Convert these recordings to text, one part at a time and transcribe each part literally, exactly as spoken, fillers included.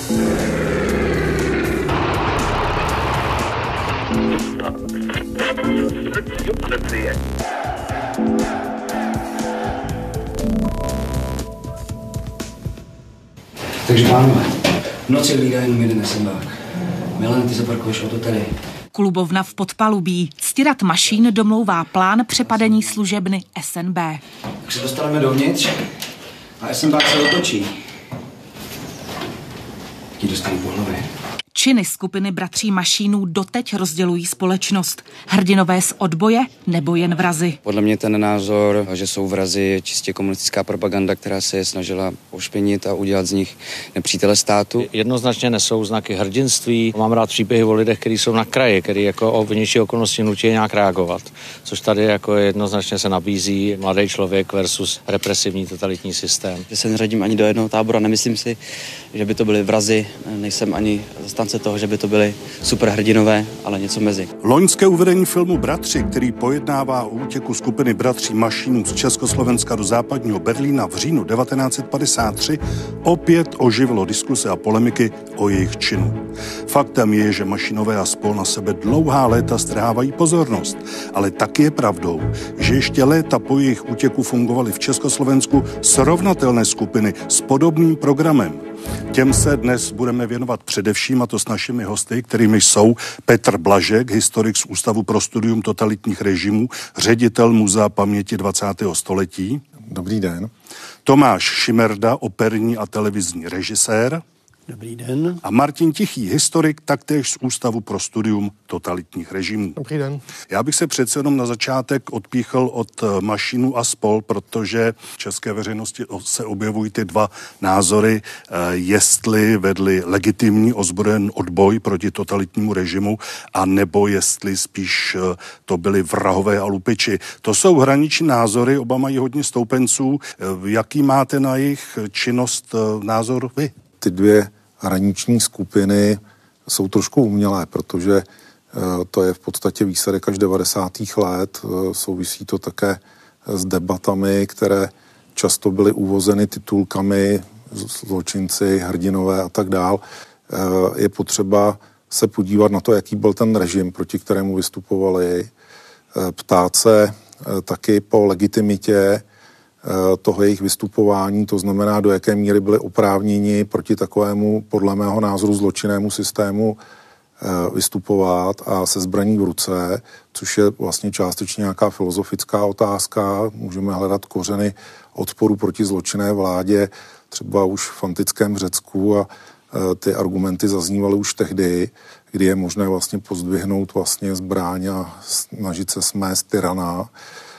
Takže pánové, v noci hlídá jenom jeden esembák. Milan, ty zaparkuješ auto tady. Klubovna v Podpalubí. Ctirat Mašín domlouvá plán přepadení služebny S N B. Tak se dostaneme dovnitř a esembák se otočí. Ti dostanou po hlavě. Činy skupiny bratří Mašínů doteď rozdělují společnost. Hrdinové z odboje nebo jen vrazi? Podle mě ten názor, že jsou vrazi, je čistě komunistická propaganda, která se je snažila pošpinit a udělat z nich nepřítele státu. Jednoznačně nesou znaky hrdinství. Mám rád příběhy o lidech, kteří jsou na kraji, kteří jako o vnější okolnosti nutí nějak reagovat. Což tady jako jednoznačně se nabízí mladý člověk versus represivní totalitní systém. Já se neřadím ani do jednoho tábora, nemyslím si, že by to byly vrazi, nejsem ani zastánce toho, že by to byly superhrdinové, ale něco mezi. Loňské uvedení filmu Bratři, který pojednává o útěku skupiny bratří Mašínů z Československa do západního Berlína v říjnu devatenáct set padesát tři, opět oživilo diskuse a polemiky o jejich činu. Faktem je, že Mašínové a spol na sebe dlouhá léta strhávají pozornost, ale taky je pravdou, že ještě léta po jejich útěku fungovaly v Československu srovnatelné skupiny s podobným programem. Těm se dnes budeme věnovat především, a to s našimi hosty, kterými jsou Petr Blažek, historik z Ústavu pro studium totalitních režimů, ředitel Muzea paměti dvacátého století. Dobrý den. Tomáš Šimerda, operní a televizní režisér. Dobrý den. A Martin Tichý, historik, taktéž z Ústavu pro studium totalitních režimů. Dobrý den. Já bych se přece jenom na začátek odpíchl od Mašínů a spol, protože v české veřejnosti se objevují ty dva názory, jestli vedli legitimní ozbrojený odboj proti totalitnímu režimu, a nebo jestli spíš to byli vrahové a lupiči. To jsou hraniční názory, oba mají hodně stoupenců. Jaký máte na jejich činnost názor vy? Ty dvě hraniční skupiny jsou trošku umělé, protože to je v podstatě výsledek až devadesátých let. Souvisí to také s debatami, které často byly uvozeny titulkami zločinci, hrdinové a tak dál. Je potřeba se podívat na to, jaký byl ten režim, proti kterému vystupovali. Ptát se taky po legitimitě toho jejich vystupování, to znamená, do jaké míry byli oprávněni proti takovému, podle mého názoru, zločinnému systému vystupovat a se zbraní v ruce, což je vlastně částečně nějaká filozofická otázka. Můžeme hledat kořeny odporu proti zločinné vládě, třeba už v antickém Řecku, a ty argumenty zaznívaly už tehdy, kdy je možné vlastně pozdvihnout vlastně zbraň a snažit se smést tyrana.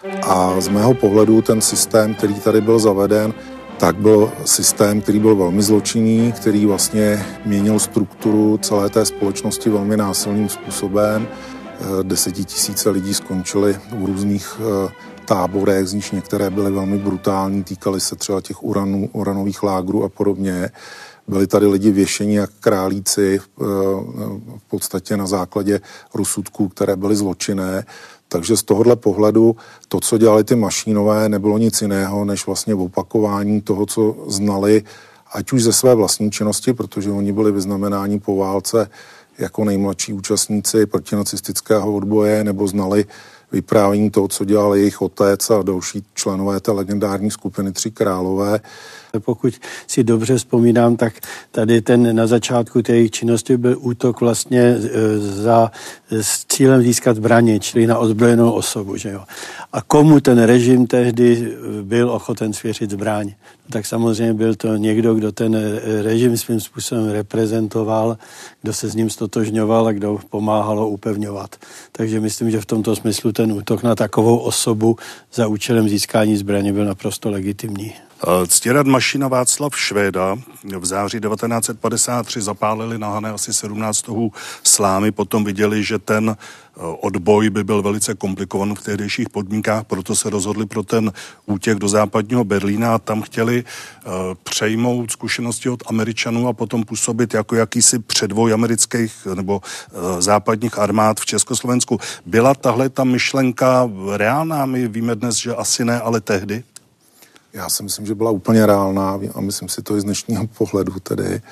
A z mého pohledu ten systém, který tady byl zaveden, tak byl systém, který byl velmi zločinný, který vlastně měnil strukturu celé té společnosti velmi násilným způsobem. Desetitisíce lidí skončili v různých táborech, z nich některé byly velmi brutální, týkaly se třeba těch uranů, uranových lágrů a podobně. Byli tady lidi věšeni jak králíci v podstatě na základě rozsudků, které byly zločinné. Takže z tohohle pohledu to, co dělali ty Mašínové, nebylo nic jiného, než vlastně opakování toho, co znali, ať už ze své vlastní činnosti, protože oni byli vyznamenáni po válce jako nejmladší účastníci protinacistického odboje, nebo znali vyprávění toho, co dělal jejich otec a další členové té legendární skupiny Tři králové. Pokud si dobře vzpomínám, tak tady ten na začátku té jejich činnosti byl útok vlastně za, s cílem získat zbraně, čili na ozbrojenou osobu. Že jo? A komu ten režim tehdy byl ochoten svěřit zbraň? No, tak samozřejmě byl to někdo, kdo ten režim svým způsobem reprezentoval, kdo se s ním stotožňoval a kdo pomáhal ho upevňovat. Takže myslím, že v tomto smyslu ten útok na takovou osobu za účelem získání zbraně byl naprosto legitimní. Ctirad Mašín a Václav Švéda v září devatenáct set padesát tři zapálili na Hané asi sedmnáct tuhů slámy, potom viděli, že ten odboj by byl velice komplikovaný v tehdejších podmínkách, proto se rozhodli pro ten útěk do západního Berlína a tam chtěli uh, přejmout zkušenosti od Američanů a potom působit jako jakýsi předvoj amerických nebo uh, západních armád v Československu. Byla tahle ta myšlenka reálná? My víme dnes, že asi ne, ale tehdy? Já si myslím, že byla úplně reálná a myslím si to i z dnešního pohledu tedy.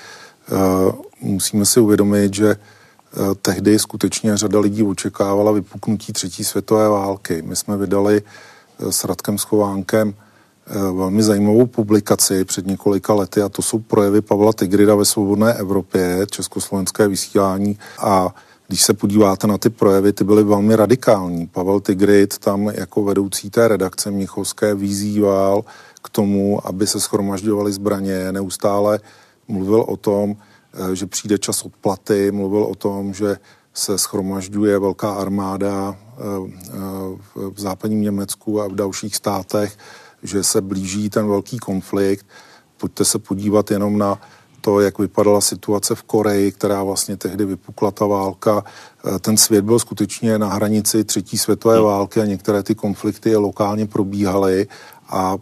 musíme si uvědomit, že tehdy skutečně řada lidí očekávala vypuknutí třetí světové války. My jsme vydali s Radkem Schovánkem velmi zajímavou publikaci před několika lety a to jsou projevy Pavla Tigrida ve Svobodné Evropě, československé vysílání. A když se podíváte na ty projevy, ty byly velmi radikální. Pavel Tigrid tam jako vedoucí té redakce mnichovské vyzýval k tomu, aby se shromažďovaly zbraně, neustále mluvil o tom, že přijde čas odplaty, mluvil o tom, že se shromažďuje velká armáda v západním Německu a v dalších státech, že se blíží ten velký konflikt. Pojďte se podívat jenom na to, jak vypadala situace v Koreji, která vlastně tehdy vypukla ta válka. Ten svět byl skutečně na hranici třetí světové války a některé ty konflikty lokálně probíhaly a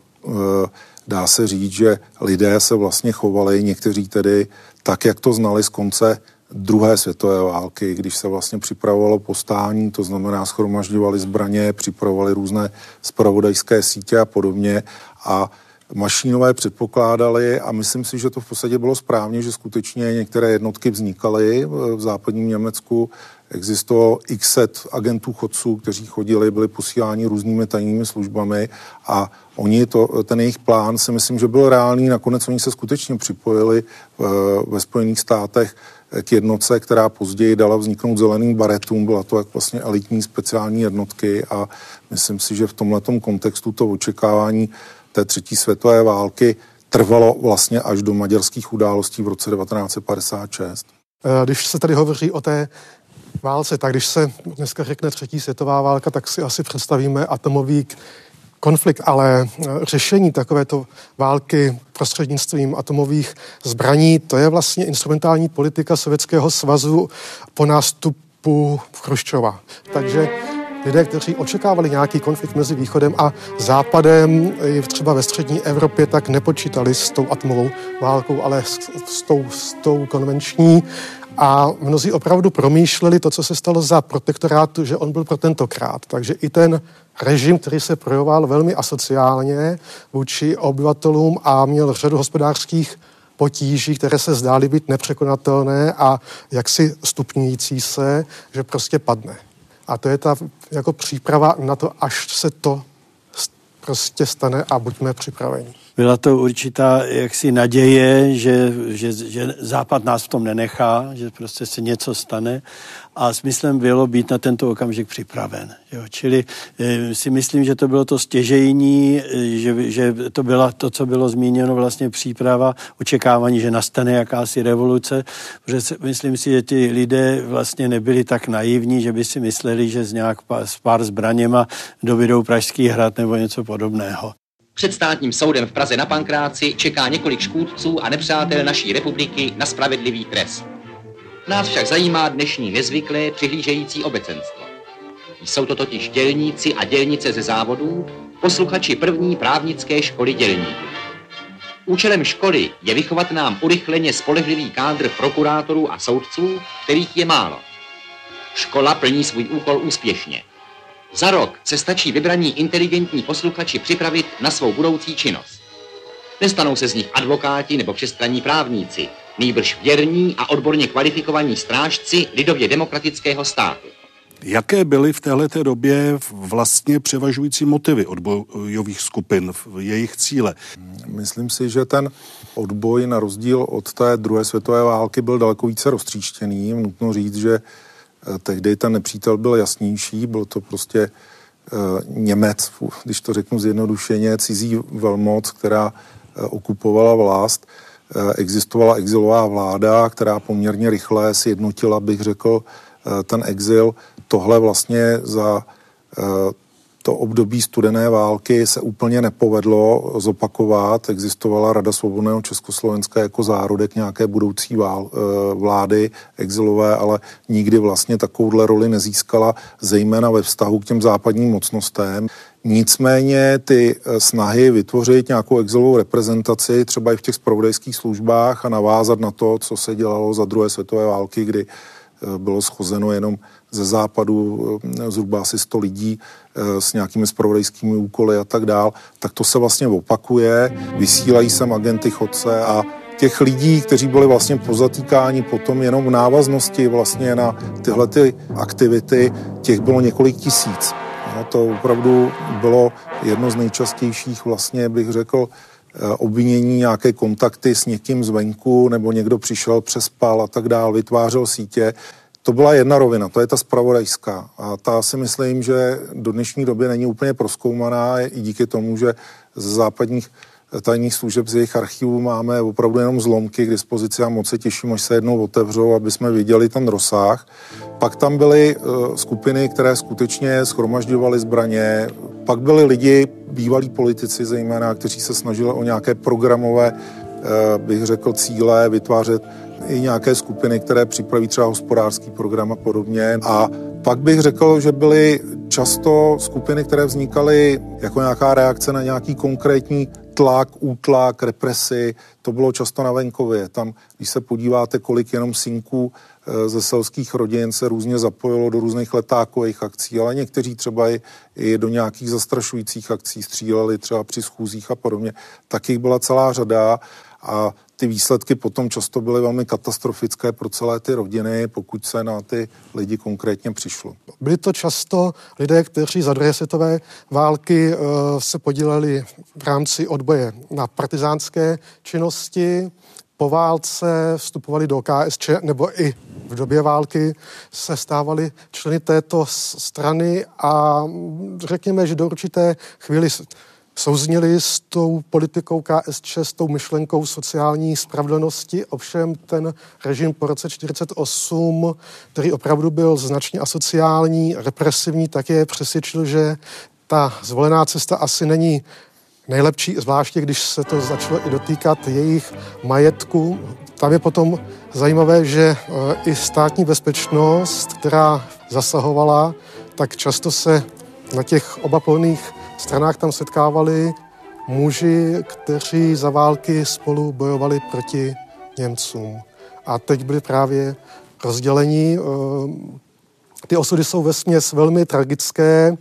dá se říct, že lidé se vlastně chovali, někteří tedy tak, jak to znali z konce druhé světové války, když se vlastně připravovalo povstání, to znamená shromažďovali zbraně, připravovali různé zpravodajské sítě a podobně a Mašínové předpokládali a myslím si, že to v podstatě bylo správně, že skutečně některé jednotky vznikaly v západním Německu. Existovalo x set agentů chodců, kteří chodili, byli posíláni různými tajnými službami a oni to, ten jejich plán si myslím, že byl reálný. Nakonec oni se skutečně připojili ve Spojených státech k jednotce, která později dala vzniknout zeleným baretům. Byla to jak vlastně elitní speciální jednotky a myslím si, že v tomhletom kontextu to očekávání té třetí světové války trvalo vlastně až do maďarských událostí v roce devatenáct set padesát šest. Když se tady hovoří o té válce, tak když se dneska řekne třetí světová válka, tak si asi představíme atomový konflikt, ale řešení takovéto války prostřednictvím atomových zbraní, to je vlastně instrumentální politika Sovětského svazu po nástupu Chruščova. Takže lidé, kteří očekávali nějaký konflikt mezi Východem a Západem, třeba ve střední Evropě, tak nepočítali s tou atomovou válkou, ale s, s, tou, s tou konvenční. A mnozí opravdu promýšleli to, co se stalo za protektorátu, že on byl pro tentokrát. Takže i ten režim, který se projevoval velmi asociálně vůči obyvatelům a měl řadu hospodářských potíží, které se zdály být nepřekonatelné a jaksi stupňující se, že prostě padne. A to je ta jako příprava na to, až se to prostě stane a buďme připraveni. Byla to určitá jaksi naděje, že, že, že Západ nás v tom nenechá, že prostě se něco stane a smyslem bylo být na tento okamžik připraven. Jo. Čili e, si myslím, že to bylo to stěžejní, že, že to byla to, co bylo zmíněno vlastně příprava, očekávání, že nastane jakási revoluce, protože myslím si, že ti lidé vlastně nebyli tak naivní, že by si mysleli, že z nějak s pár zbraněma dovedou Pražský hrad nebo něco podobného. Před státním soudem v Praze na Pankráci čeká několik škůdců a nepřátel naší republiky na spravedlivý trest. Nás však zajímá dnešní nezvyklé přihlížející obecenstvo. Jsou to totiž dělníci a dělnice ze závodů, posluchači první právnické školy dělníků. Účelem školy je vychovat nám urychleně spolehlivý kádr prokurátorů a soudců, kterých je málo. Škola plní svůj úkol úspěšně. Za rok se stačí vybraní inteligentní posluchači připravit na svou budoucí činnost. Nestanou se z nich advokáti nebo všestranní právníci, nýbrž věrní a odborně kvalifikovaní strážci lidově demokratického státu. Jaké byly v téhleté době vlastně převažující motivy odbojových skupin, jejich cíle? Myslím si, že ten odboj na rozdíl od té druhé světové války byl daleko více roztříštěný. Nutno říct, že tehdy ten nepřítel byl jasnější, byl to prostě e, Němec, když to řeknu zjednodušeně, cizí velmoc, která e, okupovala vlast. E, existovala exilová vláda, která poměrně rychle sjednotila, bych řekl, e, ten exil. Tohle vlastně za e, to období studené války se úplně nepovedlo zopakovat. Existovala Rada svobodného Československa jako zárodek nějaké budoucí vál, vlády exilové, ale nikdy vlastně takovouhle roli nezískala, zejména ve vztahu k těm západním mocnostem. Nicméně ty snahy vytvořit nějakou exilovou reprezentaci, třeba i v těch zpravodajských službách a navázat na to, co se dělalo za druhé světové války, kdy bylo schozeno jenom ze západu zhruba asi sto lidí s nějakými zpravodajskými úkoly a tak dál, tak to se vlastně opakuje. Vysílají sem agenty chodce a těch lidí, kteří byli vlastně pozatýkáni potom jenom v návaznosti vlastně na tyhle ty aktivity, těch bylo několik tisíc. No, to opravdu bylo jedno z nejčastějších, vlastně bych řekl, obvinění, nějaké kontakty s někým zvenku, nebo někdo přišel, přespal a tak dál, vytvářel sítě. To byla jedna rovina, to je ta zpravodajská. A ta si myslím, že do dnešní doby není úplně prozkoumaná, i díky tomu, že z západních tajných služeb z jejich archivů máme opravdu jenom zlomky k dispozici a moc se těším, až se jednou otevřou, aby jsme viděli ten rozsah. Pak tam byly uh, skupiny, které skutečně shromažďovaly zbraně. Pak byli lidi, bývalí politici zejména, kteří se snažili o nějaké programové, uh, bych řekl, cíle, vytvářet i nějaké skupiny, které připraví třeba hospodářský program a podobně. A pak bych řekl, že byly často skupiny, které vznikaly jako nějaká reakce na nějaký konkrétní tlak, útlak, represi. To bylo často na venkově. Tam, když se podíváte, kolik jenom synků ze selských rodin se různě zapojilo do různých letákových akcí, ale někteří třeba i, i do nějakých zastrašujících akcí stříleli třeba při schůzích a podobně. Tak jich byla celá řada a ty výsledky potom často byly velmi katastrofické pro celé ty rodiny, pokud se na ty lidi konkrétně přišlo. Byli to často lidé, kteří za druhé světové války uh, se podíleli v rámci odboje na partizánské činnosti. Po válce vstupovali do K S Č nebo i v době války se stávali členy této strany a řekněme, že do určité chvíli souzněli s tou politikou K S Č, s tou myšlenkou sociální spravedlnosti. Ovšem ten režim po roce čtyřicet osm, který opravdu byl značně asociální, represivní, tak je přesvědčil, že ta zvolená cesta asi není nejlepší, zvláště když se to začalo i dotýkat jejich majetku. Tam je potom zajímavé, že i státní bezpečnost, která zasahovala, tak často se na těch obapolných stranách tam setkávali muži, kteří za války spolu bojovali proti Němcům. A teď byli právě rozdělení. Ty osudy jsou vesměs velmi tragické,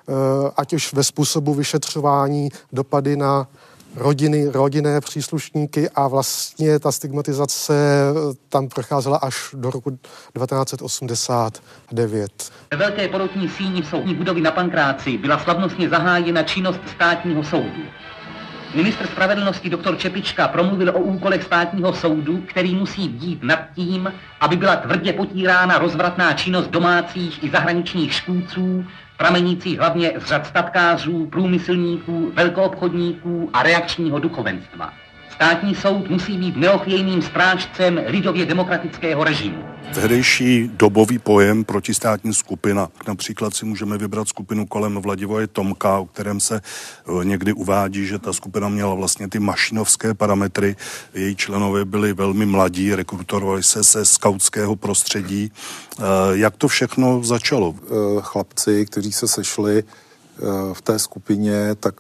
ať už ve způsobu vyšetřování, dopady na rodiny, rodinné příslušníky a vlastně ta stigmatizace tam procházela až do roku devatenáct set osmdesát devět. Ve velké porotní síni soudní budovy na Pankráci byla slavnostně zahájena činnost státního soudu. Ministr spravedlnosti doktor Čepička promluvil o úkolech státního soudu, který musí bdít nad tím, aby byla tvrdě potírána rozvratná činnost domácích i zahraničních škůdců, pramenících hlavně z řad statkářů, průmyslníků, velkoobchodníků a reakčního duchovenstva. Státní soud musí být neochvějným strážcem lidově demokratického režimu. Tehdejší dobový pojem protistátní skupina. Například si můžeme vybrat skupinu kolem Vladivoje Tomka, o kterém se někdy uvádí, že ta skupina měla vlastně ty mašinovské parametry. Její členové byli velmi mladí, rekrutovali se ze skautského prostředí. Jak to všechno začalo? Chlapci, kteří se sešli v té skupině, tak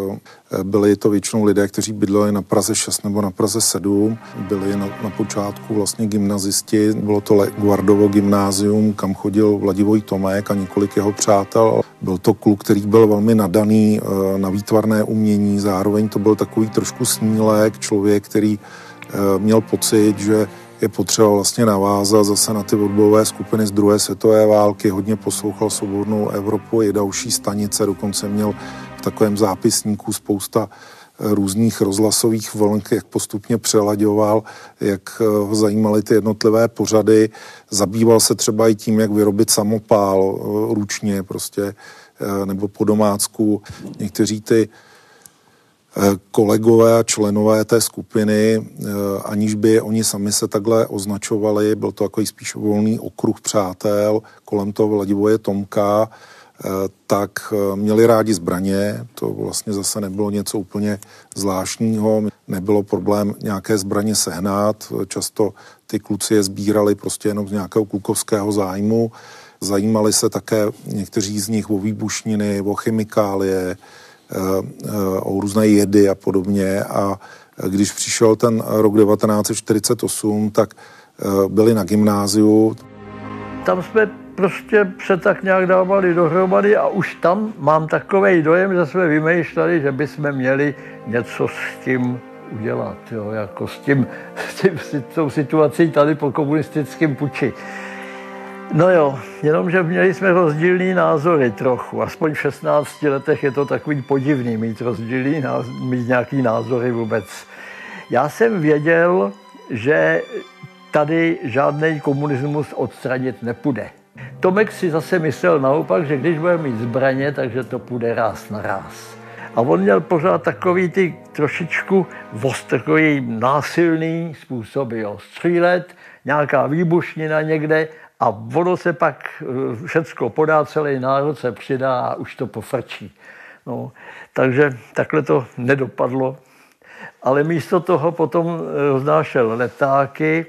byli to většinou lidé, kteří bydleli na Praze šest nebo na Praze sedm. Byli na, na počátku vlastně gymnazisti. Bylo to Guardovo gymnázium, kam chodil Vladivoj Tomek a několik jeho přátel. Byl to kluk, který byl velmi nadaný na výtvarné umění. Zároveň to byl takový trošku snílek, člověk, který měl pocit, že je potřeba vlastně navázat zase na ty odbojové skupiny z druhé světové války. Hodně poslouchal Svobodnou Evropu i další stanice, dokonce měl v takovém zápisníku spousta různých rozhlasových vln, jak postupně přelaďoval, jak ho zajímaly ty jednotlivé pořady. Zabýval se třeba i tím, jak vyrobit samopál ručně prostě, nebo po domácku. Někteří ty kolegové a členové té skupiny, aniž by oni sami se takhle označovali, byl to takový spíš volný okruh přátel kolem toho Vladivoje Tomka, tak měli rádi zbraně, to vlastně zase nebylo něco úplně zvláštního, nebylo problém nějaké zbraně sehnat, často ty kluci je sbírali prostě jenom z nějakého klukovského zájmu, zajímali se také někteří z nich o výbušniny, o chemikálie, o různé jedy a podobně a když přišel ten rok devatenáct set čtyřicet osm, tak byli na gymnáziu. Tam jsme prostě se tak nějak dávali dohromady a už tam mám takovej dojem, že jsme vymýšleli, že bychom měli něco s tím udělat, jo, jako s tím, s tím, s tou situací tady po komunistickém puči. No jo, jenomže měli jsme rozdílný názory trochu, aspoň v šestnácti letech je to takový podivný mít rozdílný, mít nějaký názory vůbec. Já jsem věděl, že tady žádný komunismus odstranit nepůjde. Tomek si zase myslel naopak, že když bude mít zbraně, takže to půjde ráz na ráz. A on měl pořád takový ty trošičku takový násilný způsoby, jo. Střílet, nějaká výbušnina někde a ono se pak všecko podá, celý národ se přidá a už to pofrčí. No, takže takhle to nedopadlo. Ale místo toho potom roznášel letáky,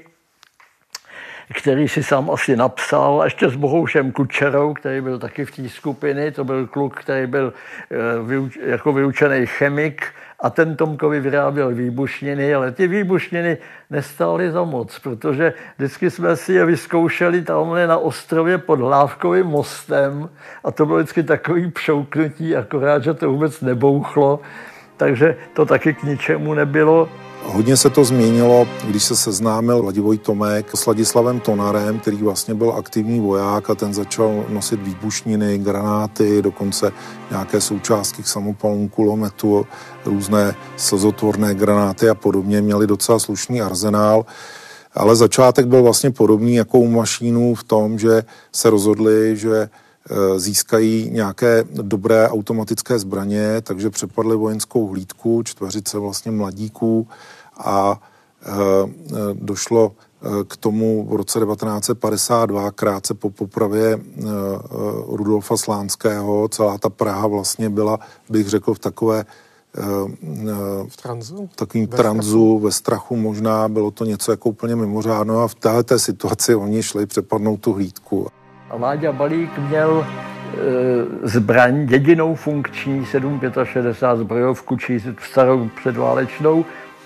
který si sám asi napsal, ještě s Bohoušem Kučerou, který byl taky v té skupiny, to byl kluk, který byl jako vyučený chemik a ten Tomkovi vyráběl výbušniny, ale ty výbušniny nestály za moc, protože vždycky jsme si je vyzkoušeli tamhle na ostrově pod Hlávkovým mostem a to bylo vždycky takový pšouknutí, akorát, že to vůbec nebouchlo, takže to taky k ničemu nebylo. Hodně se to změnilo, když se seznámil Vladivoj Tomek s Ladislavem Tonarem, který vlastně byl aktivní voják a ten začal nosit výbušniny, granáty, dokonce nějaké součástky k samopalům, kulometu, různé slzotvorné granáty a podobně. Měli docela slušný arzenál, ale začátek byl vlastně podobný jako u Mašínů v tom, že se rozhodli, že získají nějaké dobré automatické zbraně, takže přepadli vojenskou hlídku, čtveřice vlastně mladíků a e, došlo k tomu v roce devatenáct set padesát dva, krátce po popravě e, Rudolfa Slánského. Celá ta Praha vlastně byla, bych řekl, v takové e, v tranzu? takovým ve tranzu, strachu. ve strachu možná, bylo to něco jako úplně mimořádného a v této situaci oni šli přepadnout tu hlídku. A Láďa Balík měl e, zbraň, jedinou funkční sedm šedesát pět zbrojovku, či starou předválečnou.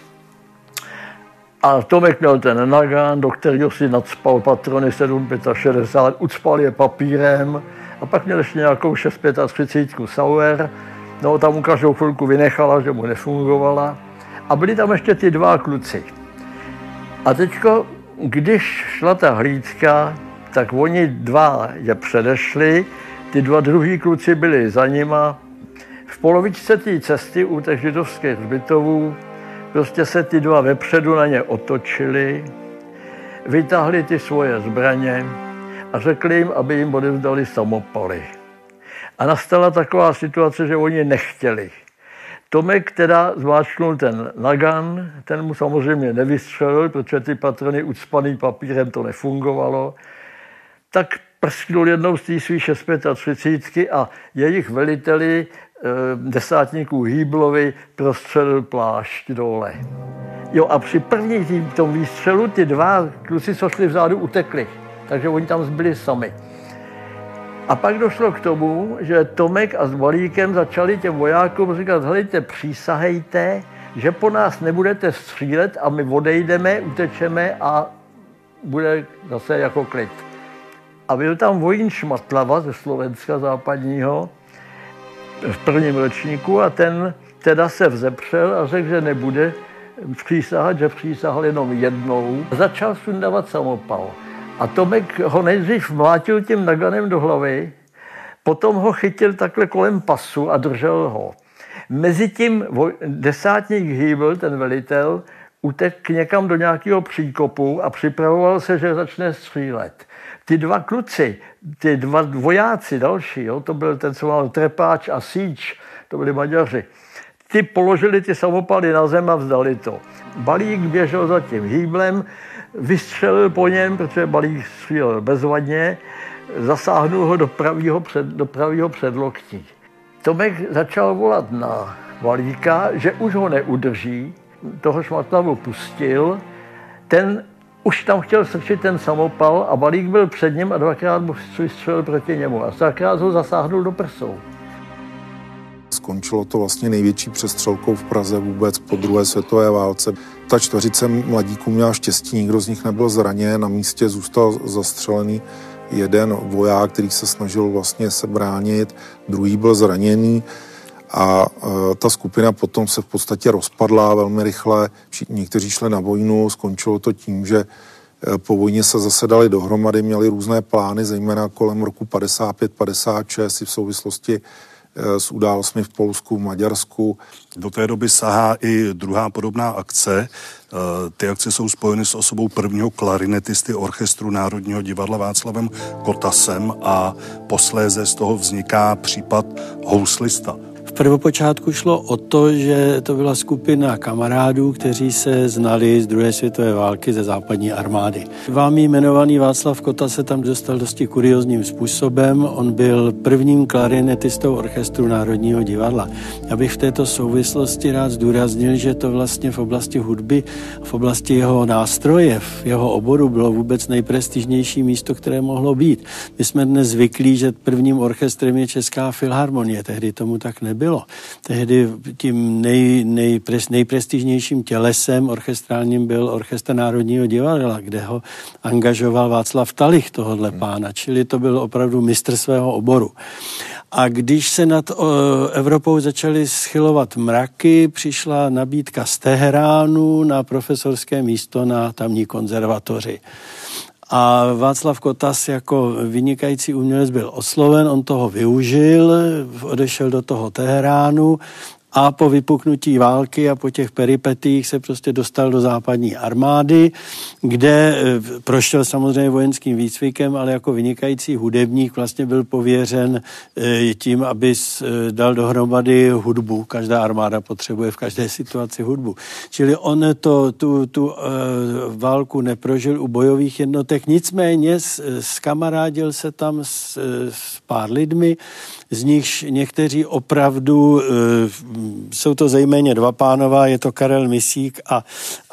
A Tomek měl ten nagán, do kterého si nadspal patrony sedm šedesát pět, ucpal je papírem a pak měl ještě nějakou šest třicet pět Sauer. No, tam mu každou chvilku vynechala, že mu nefungovala. A byli tam ještě ty dva kluci. A teďko, když šla ta hlídka, tak oni dva je předešli, ty dva druhý kluci byli za nima. V polovičce té cesty u těch židovských hřbitovů prostě se ty dva vepředu na ně otočili, vytáhli ty svoje zbraně a řekli jim, aby jim odevzdali samopaly. A nastala taková situace, že oni nechtěli. Tomek teda zmáčknul ten nagan, ten mu samozřejmě nevystřelil, protože ty patrony ucpaný papírem to nefungovalo. Tak prsknul jednou z té svý šest třicet pět a jejich veliteli, desátníků Hýblovi, prostřelil plášť dole. Jo, a při první tým, tom výstřelu ty dva kluci, co šli vzadu, utekli. Takže oni tam zbyli sami. A pak došlo k tomu, že Tomek a s Balíkem začali těm vojákům říkat, helejte, přísahejte, že po nás nebudete střílet a my odejdeme, utečeme a bude zase jako klid. A byl tam vojín Šmatlava ze Slovenska západního v prvním ročníku a ten teda se vzepřel a řekl, že nebude přísahat, že přísahal jenom jednou. Začal sundávat samopal. A Tomek ho nejdřív mlátil tím naganem do hlavy, potom ho chytil takhle kolem pasu a držel ho. Mezitím desátník Hýbl, ten velitel, utekl někam do nějakého příkopu a připravoval se, že začne střílet. Ty dva kluci, ty dva vojáci další, jo, to byl ten, co mal Trepáč a Síč, to byli Maďaři, ty položili ty samopaly na zem a vzdali to. Balík běžel za tím Hýblem, vystřelil po něm, protože Balík střílel bezvadně, zasáhnul ho do pravýho, před, do pravýho předloktí. Tomek začal volat na Balíka, že už ho neudrží, toho Šmatlavu pustil, ten už tam chtěl strčit ten samopal a Balík byl před ním a dvakrát mu vystřelil proti němu a dvakrát ho zasáhnul do prsou. Skončilo to vlastně největší přestřelkou v Praze vůbec po druhé světové válce. Ta čtveřice mladíků měla štěstí, nikdo z nich nebyl zraněn, na místě zůstal zastřelený jeden voják, který se snažil vlastně se bránit, druhý byl zraněný A ta skupina potom se v podstatě rozpadla velmi rychle. Někteří šli na vojnu, skončilo to tím, že po vojně se zase dali dohromady, měli různé plány, zejména kolem roku padesát pět padesát šest i v souvislosti s událostmi v Polsku, v Maďarsku. Do té doby sahá i druhá podobná akce. Ty akce jsou spojeny s osobou prvního klarinetisty orchestru Národního divadla Václavem Kotasem a posléze z toho vzniká případ houslista. V prvopočátku šlo o to, že to byla skupina kamarádů, kteří se znali z druhé světové války ze západní armády. Vámi jmenovaný Václav Kota se tam dostal dosti kuriózním způsobem. On byl prvním klarinetistou orchestru Národního divadla. Já bych v této souvislosti rád zdůraznil, že to vlastně v oblasti hudby, v oblasti jeho nástroje, v jeho oboru bylo vůbec nejprestižnější místo, které mohlo být. My jsme dnes zvyklí, že prvním orchestrem je Česká filharmonie, tehdy tomu tak nebylo. Bylo. Tehdy tím nej, nejpres, nejprestižnějším tělesem orchestrálním byl Orchestr Národního divadla, kde ho angažoval Václav Talich, tohohle pána, čili to byl opravdu mistr svého oboru. A když se nad o, Evropou začaly schylovat mraky, přišla nabídka z Teheránu na profesorské místo na tamní konzervatoři. A Václav Kotas jako vynikající umělec byl osloven, on toho využil, odešel do toho Teheránu a po vypuknutí války a po těch peripetích se prostě dostal do západní armády, kde prošel samozřejmě vojenským výcvikem, ale jako vynikající hudebník vlastně byl pověřen tím, aby dal dohromady hudbu. Každá armáda potřebuje v každé situaci hudbu. Čili on to, tu, tu válku neprožil u bojových jednotek, nicméně zkamarádil se tam s, s pár lidmi, z nichž někteří opravdu jsou to zejména dva pánová, je to Karel Misík a,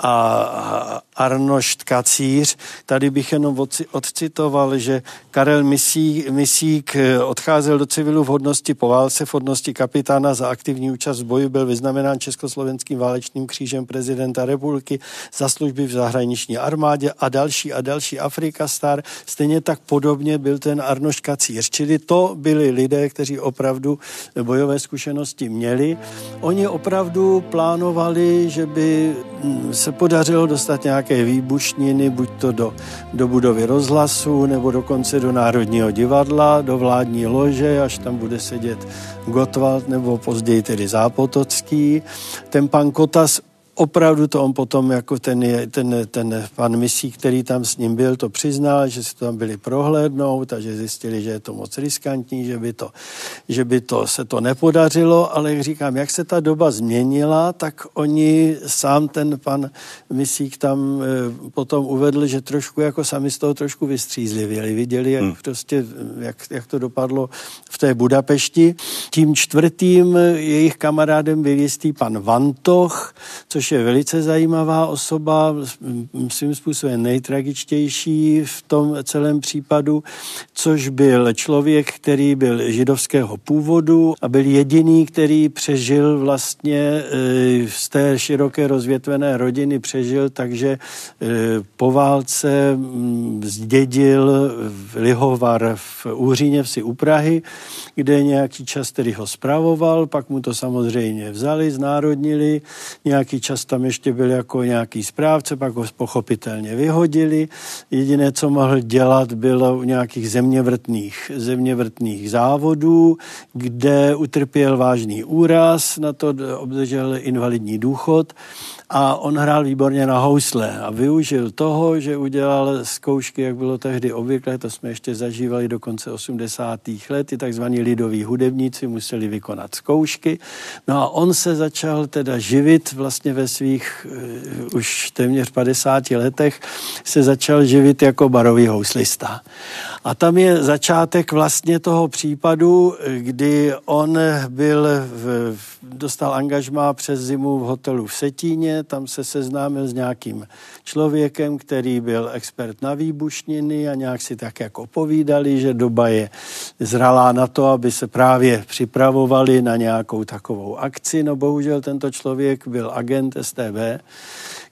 a Arnošt Kacíř. Tady bych jenom odcitoval, že Karel Misík, Misík odcházel do civilu v hodnosti po válce, v hodnosti kapitána za aktivní účast v boji, byl vyznamenán Československým válečným křížem prezidenta republiky za služby v zahraniční armádě a další a další Afrika Star. Stejně tak podobně byl ten Arnošt Kacíř. Čili to byli lidé, kteří opravdu bojové zkušenosti měli. Oni opravdu plánovali, že by se podařilo dostat nějaké výbušniny, buď to do, do budovy rozhlasu, nebo dokonce do Národního divadla, do vládní lože, až tam bude sedět Gottwald, nebo později tedy Zápotocký. Ten pan Kotas opravdu to on potom, jako ten, ten, ten pan Misík, který tam s ním byl, to přiznal, že si to tam byli prohlédnout a že zjistili, že je to moc riskantní, že by to, že by to se to nepodařilo, ale jak říkám, jak se ta doba změnila, tak oni, sám ten pan Misík tam e, potom uvedl, že trošku jako sami z toho trošku vystřízlivěli. Viděli, jak, hmm. prostě, jak, jak to dopadlo v té Budapešti. Tím čtvrtým jejich kamarádem byl jistý pan Vantoch, což je velice zajímavá osoba, svým způsobem nejtragičtější v tom celém případu, což byl člověk, který byl židovského původu a byl jediný, který přežil vlastně z té široké rozvětvené rodiny přežil, takže po válce zdědil lihovar v Úhříněvsi u Prahy, kde nějaký čas tedy ho spravoval, pak mu to samozřejmě vzali, znárodnili, nějaký čas tam ještě byl jako nějaký správce, pak ho pochopitelně vyhodili. Jediné, co mohl dělat, bylo u nějakých zeměvrtných, zeměvrtných závodů, kde utrpěl vážný úraz, na to obdržel invalidní důchod a on hrál výborně na housle a využil toho, že udělal zkoušky, jak bylo tehdy obvyklé, to jsme ještě zažívali do konce osmdesátých let, ty takzvaní lidoví hudebníci museli vykonat zkoušky. No a on se začal teda živit vlastně ve svých uh, už téměř padesáti letech, se začal živit jako barový houslista. A tam je začátek vlastně toho případu, kdy on byl v, dostal angažmá přes zimu v hotelu v Setíně, tam se seznámil s nějakým člověkem, který byl expert na výbušniny a nějak si tak jako povídali, že doba je zralá na to, aby se právě připravovali na nějakou takovou akci. No bohužel tento člověk byl agent S T B,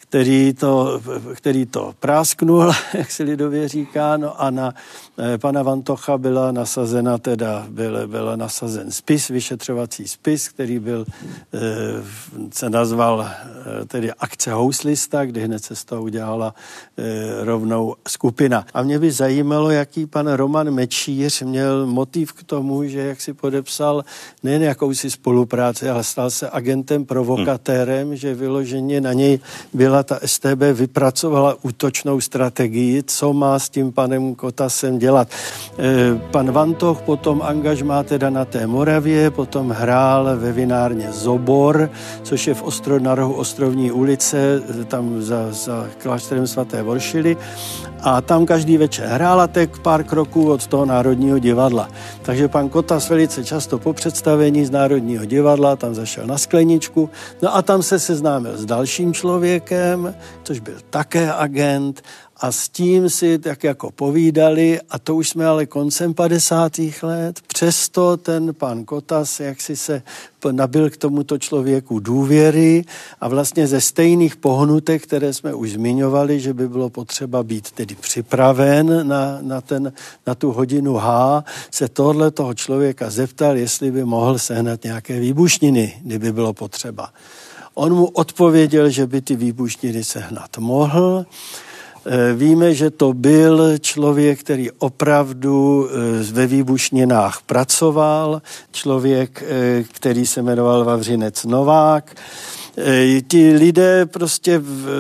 který to, který to prásknul, jak se lidově říká, no a na eh, pana Vantocha byla nasazena teda, byl, byl nasazen spis, vyšetřovací spis, který byl, eh, se nazval eh, tedy akce Houslista, kdy hned se z toho udělala eh, rovnou skupina. A mě by zajímalo, jaký pan Roman Mečíř měl motiv k tomu, že jak si podepsal nejen jakousi spolupráci, ale stal se agentem provokatérem, hmm. že vyloženě na něj byla ta S T B, vypracovala útočnou strategii, co má s tím panem Kotasem dělat. E, pan Vantoch potom angažmá teda na té Moravě, potom hrál ve vinárně Zobor, což je v Ostro, na rohu Ostrovní ulice, tam za, za klášterem svaté Voršily, a tam každý večer hrál a tak pár kroků od toho Národního divadla. Takže pan Kotas velice často po představení z Národního divadla tam zašel na skleničku, no a tam se seznámil s dalším člověkem, což byl také agent, a s tím si tak jako povídali, a to už jsme ale koncem padesátých let. Přesto ten pan Kotas jaksi se nabyl k tomuto člověku důvěry a vlastně ze stejných pohnutek, které jsme už zmiňovali, že by bylo potřeba být tedy připraven na, na, ten, na tu hodinu H, se tohle toho člověka zeptal, jestli by mohl sehnat nějaké výbušniny, kdyby bylo potřeba. On mu odpověděl, že by ty výbušniny sehnat mohl. Víme, že to byl člověk, který opravdu ve výbušninách pracoval, člověk, který se jmenoval Vavřinec Novák. Ti lidé prostě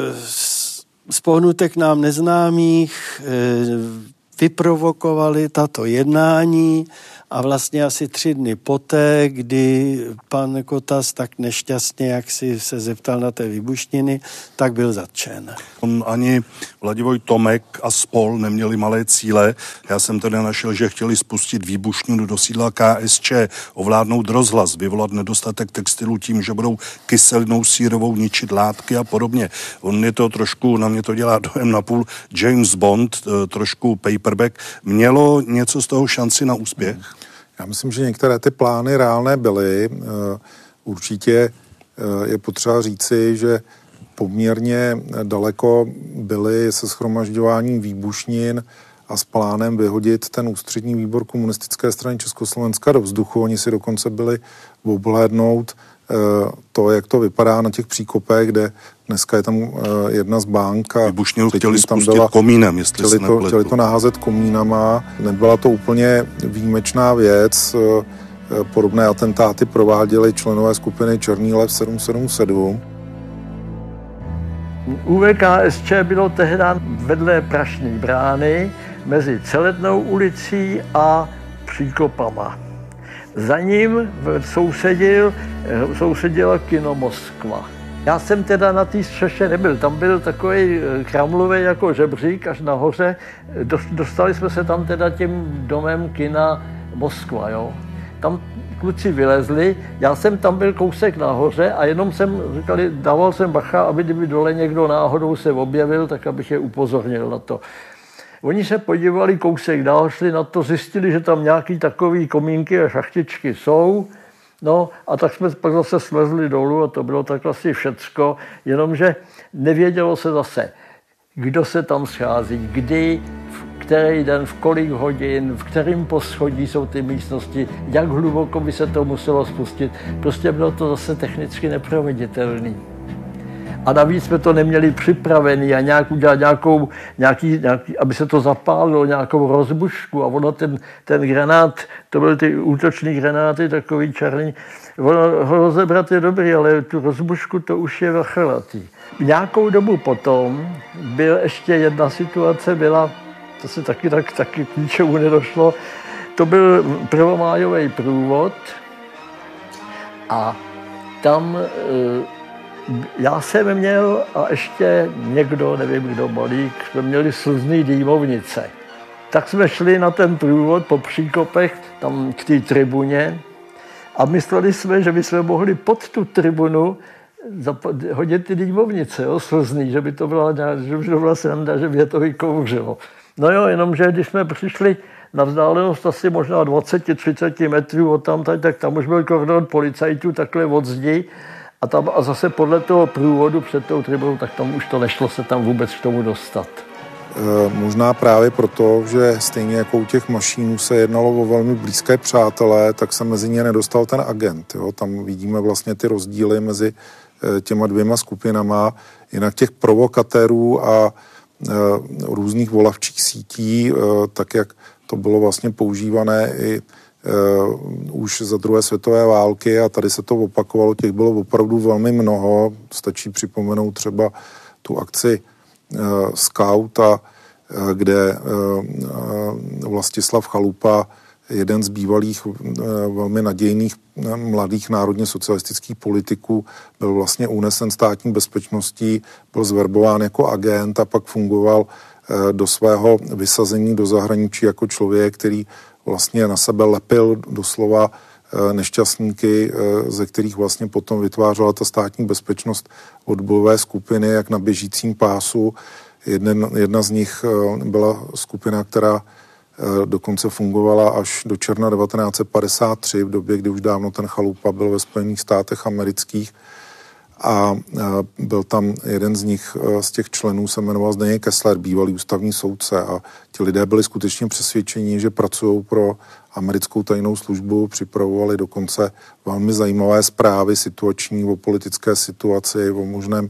z pohnutek nám neznámých vyprovokovali tato jednání a vlastně asi tři dny poté, kdy pan Kotas tak nešťastně, jak si se zeptal na té výbušniny, tak byl zatčen. On ani Vladivoj Tomek a spol neměli malé cíle. Já jsem tedy našel, že chtěli spustit výbušninu do sídla K S Č, ovládnout rozhlas, vyvolat nedostatek textilu tím, že budou kyselinou sírovou ničit látky a podobně. On je to trošku, na mě to dělá dojem napůl James Bond, trošku paperback. Mělo něco z toho šanci na úspěch? Já myslím, že některé ty plány reálné byly. Určitě je potřeba říci, že poměrně daleko byly se shromažďováním výbušnin a s plánem vyhodit ten ústřední výbor komunistické strany Československa do vzduchu. Oni si dokonce byli obhlédnout to, jak to vypadá na těch příkopech, kde dneska je tam jedna z bank. A výbušninu chtěli spustit byla, komínem, jestli chtěli to, chtěli to naházet komínama. Nebyla to úplně výjimečná věc. Podobné atentáty prováděli členové skupiny Černý lev sedm sedm sedm. U V K S Č bylo tehdy vedle Prašní brány mezi Celetnou ulicí a Příkopama. Za ním sousedil, sousedila kino Moskva. Já jsem teda na té střeše nebyl, tam byl takový kramlový jako žebřík až nahoře. Dostali jsme se tam teda tím domem kina Moskva, jo. Tam kluci vylezli, já jsem tam byl kousek nahoře a jenom jsem, říkali, dával jsem bacha, aby kdyby dole někdo náhodou se objevil, tak abych je upozornil na to. Oni se podívali kousek dál, šli na to, zjistili, že tam nějaký takový komínky a šachtičky jsou. No a tak jsme pak zase slezli dolů a to bylo tak asi všecko, jenomže nevědělo se zase, kdo se tam schází, kdy, v který den, v kolik hodin, v kterém poschodí jsou ty místnosti, jak hluboko by se to muselo spustit. Prostě bylo to zase technicky neproveditelné. A navíc jsme to neměli připravený a nějak udělat nějakou, nějaký, nějaký, aby se to zapálilo, nějakou rozbušku. A ono ten, ten granát, to byly ty útoční granáty, takový černý. Ono ho rozebrat je dobrý, ale tu rozbušku to už je vrcholatý. Nějakou dobu potom byl ještě jedna situace, byla, to se taky, tak, taky k ničemu nedošlo, to byl prvomájový průvod a tam já jsem měl a ještě někdo, nevím kdo, Malík, jsme měli slzný dýmovnice. Tak jsme šli na ten průvod po příkopech tam k té tribuně a mysleli jsme, že bychom mohli pod tu tribunu hodit ty dýmovnice, jo, slzný, že by to byla, že by to byla sranda, že by je to vykouřilo. No jo, jenomže když jsme přišli na vzdálenost asi možná dvacet třicet metrů od tam, tak tam už byl kordon policajtů takhle od zdi A, tam, a zase podle toho průvodu před tou tribunou, tak tam už to nešlo se tam vůbec k tomu dostat. E, možná právě proto, že stejně jako u těch mašínů se jednalo o velmi blízké přátelé, tak se mezi ně nedostal ten agent. Jo? Tam vidíme vlastně ty rozdíly mezi e, těma dvěma skupinama. Jinak těch provokatérů a e, různých volavčích sítí, e, tak jak to bylo vlastně používané i Uh, už za druhé světové války a tady se to opakovalo, těch bylo opravdu velmi mnoho. Stačí připomenout třeba tu akci uh, Scout, a, uh, kde uh, Vlastislav Chalupa, jeden z bývalých uh, velmi nadějných uh, mladých národně socialistických politiků, byl vlastně unesen státní bezpečností, byl zverbován jako agent a pak fungoval uh, do svého vysazení do zahraničí jako člověk, který vlastně na sebe lepil doslova nešťastníky, ze kterých vlastně potom vytvářela ta státní bezpečnost odbojové skupiny, jak na běžícím pásu. Jeden, jedna z nich byla skupina, která dokonce fungovala až do června devatenáct set padesát tři, v době, kdy už dávno ten Chalupa byl ve Spojených státech amerických. A byl tam jeden z nich, z těch členů se jmenoval Zdeněk Kessler, bývalý ústavní soudce, a ti lidé byli skutečně přesvědčeni, že pracují pro americkou tajnou službu, připravovali dokonce velmi zajímavé zprávy situační o politické situaci, o možném,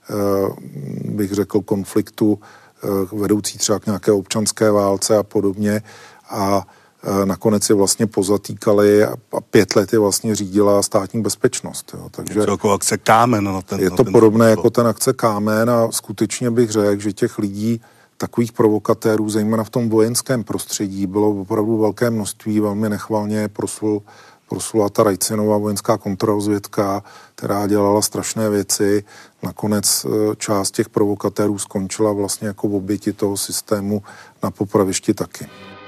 bych řekl, konfliktu vedoucí třeba k nějaké občanské válce a podobně, a nakonec je vlastně pozatýkali a pět let je vlastně řídila státní bezpečnost. Jo. Takže je to jako akce Kámen. Na ten, je na to ten podobné způsob. jako ten akce Kámen a skutečně bych řekl, že těch lidí, takových provokatérů, zejména v tom vojenském prostředí, bylo opravdu velké množství. Velmi nechvalně proslul, proslula ta Rajcenová vojenská kontrarozvědka, která dělala strašné věci. Nakonec část těch provokatérů skončila vlastně jako v oběti toho systému na popravišti taky.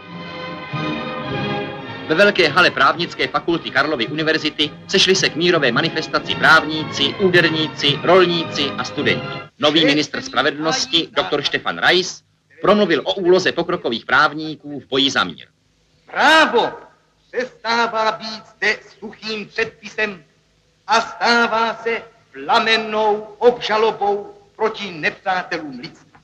Ve velké hale právnické fakulty Karlovy univerzity sešli se k mírové manifestaci právníci, úderníci, rolníci a studenti. Nový ministr spravedlnosti, doktor Štefan Rais, promluvil o úloze pokrokových právníků v boji za mír. Právo přestává být zde suchým předpisem a stává se plamennou obžalobou proti nepřátelům lidstva.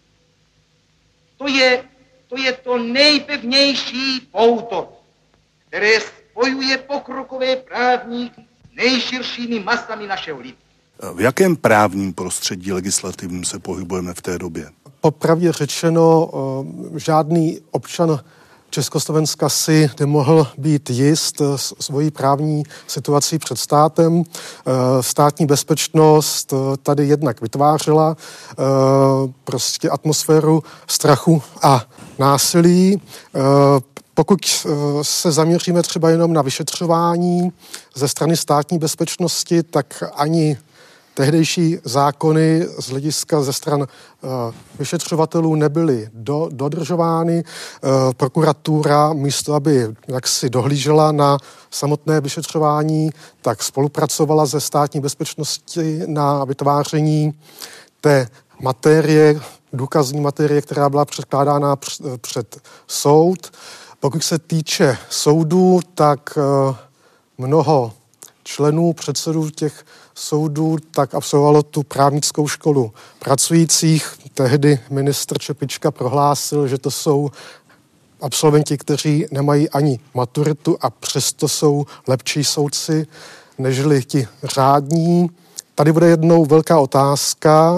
To je, to je to nejpevnější pouto, které spojuje pokrokové právníky s nejširšími masami našeho lidu. V jakém právním prostředí legislativním se pohybujeme v té době? Popravdě řečeno, žádný občan Československa si nemohl být jist svojí právní situací před státem. Státní bezpečnost tady jednak vytvářela prostě atmosféru strachu a násilí. Pokud se zaměříme třeba jenom na vyšetřování ze strany státní bezpečnosti, tak ani tehdejší zákony z hlediska ze stran uh, vyšetřovatelů nebyly do, dodržovány. Uh, prokuratura místo, aby jaksi dohlížela na samotné vyšetřování, tak spolupracovala ze státní bezpečnosti na vytváření té materie, důkazní materie, která byla předkládána před soud. Pokud se týče soudů, tak uh, mnoho členů, předsedů těch soudů, tak absolvovalo tu právnickou školu pracujících. Tehdy ministr Čepička prohlásil, že to jsou absolventi, kteří nemají ani maturitu a přesto jsou lepší soudci nežli ti řádní. Tady bude jednou velká otázka,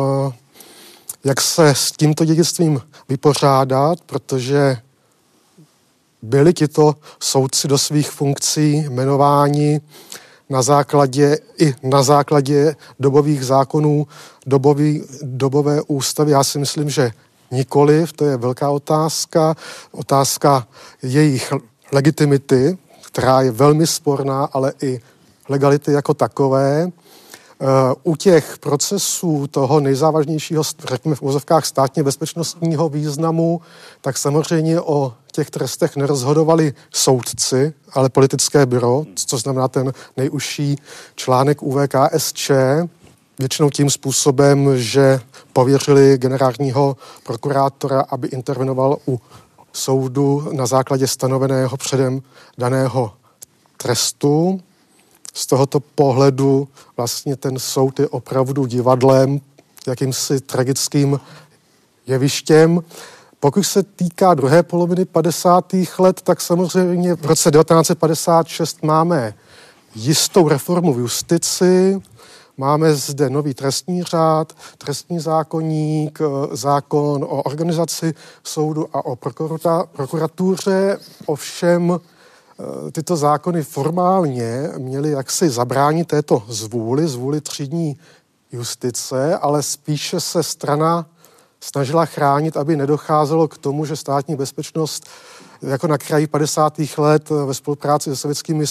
jak se s tímto dědictvím vypořádat, protože byli tito soudci do svých funkcí jmenováni na základě i na základě dobových zákonů, dobový, dobové ústavy. Já si myslím, že nikoliv, to je velká otázka. Otázka jejich legitimity, která je velmi sporná, ale i legality jako takové. U těch procesů toho nejzávažnějšího, řekněme v úzovkách státně bezpečnostního významu, tak samozřejmě o těch trestech nerozhodovali soudci, ale politické byro, co znamená ten nejužší článek U V K S Č, většinou tím způsobem, že pověřili generálního prokurátora, aby intervenoval u soudu na základě stanoveného předem daného trestu. z tohoto pohledu vlastně ten soud je opravdu divadlem, jakýmsi tragickým jevištěm. Pokud se týká druhé poloviny padesátých let, tak samozřejmě v roce devatenáct set padesát šest máme jistou reformu v justici, máme zde nový trestní řád, trestní zákoník, zákon o organizaci soudu a o prokuratuře. Ovšem tyto zákony formálně měly jaksi zabránit této zvůli, zvůli třídní justice, ale spíše se strana snažila chránit, aby nedocházelo k tomu, že státní bezpečnost jako na kraji padesátých let ve spolupráci se sovětskými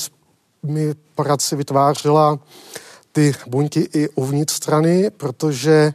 poradci vytvářela ty buňky i uvnitř strany, protože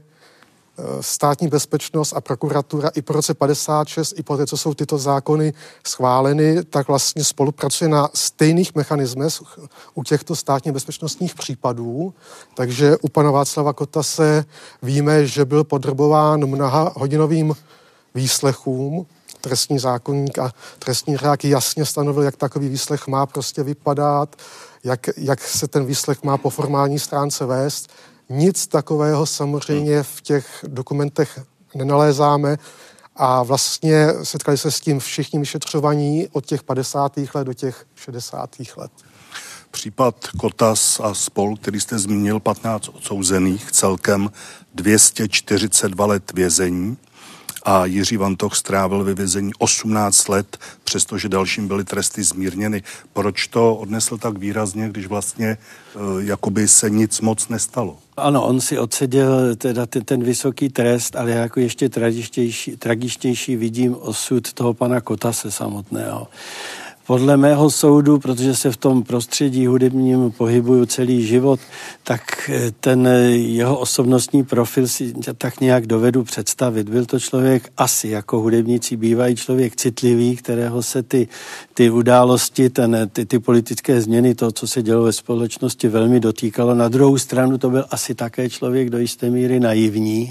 státní bezpečnost a prokuratura i po roce padesát šest, i po té, co jsou tyto zákony schváleny, tak vlastně spolupracuje na stejných mechanismech u těchto státně bezpečnostních případů. Takže u pana Václava Kotase víme, že byl podrobován mnoha hodinovým výslechům. Trestní zákoník a trestní řád jasně stanovil, jak takový výslech má prostě vypadat, jak, jak se ten výslech má po formální stránce vést. Nic takového samozřejmě v těch dokumentech nenalézáme a vlastně setkali se s tím všichni vyšetřovaní od těch padesátých let do těch šedesátých let. Případ Kotas a spol, který jste zmínil, patnáct odsouzených, celkem dvě stě čtyřicet dva let vězení a Jiří Vantoch strávil ve vězení osmnáct let, přestože dalším byly tresty zmírněny. Proč to odnesl tak výrazně, když vlastně e, jakoby se nic moc nestalo? Ano, on si odseděl teda ten, ten vysoký trest, ale jako ještě tragičtější, tragičtější vidím osud toho pana Kotase samotného. Podle mého soudu, protože se v tom prostředí hudebním pohybuju celý život, tak ten jeho osobnostní profil si tak nějak dovedu představit. Byl to člověk asi, jako hudebníci bývají, člověk citlivý, kterého se ty, ty události, ten, ty, ty politické změny, to, co se dělo ve společnosti, velmi dotýkalo. Na druhou stranu to byl asi také člověk do jisté míry naivní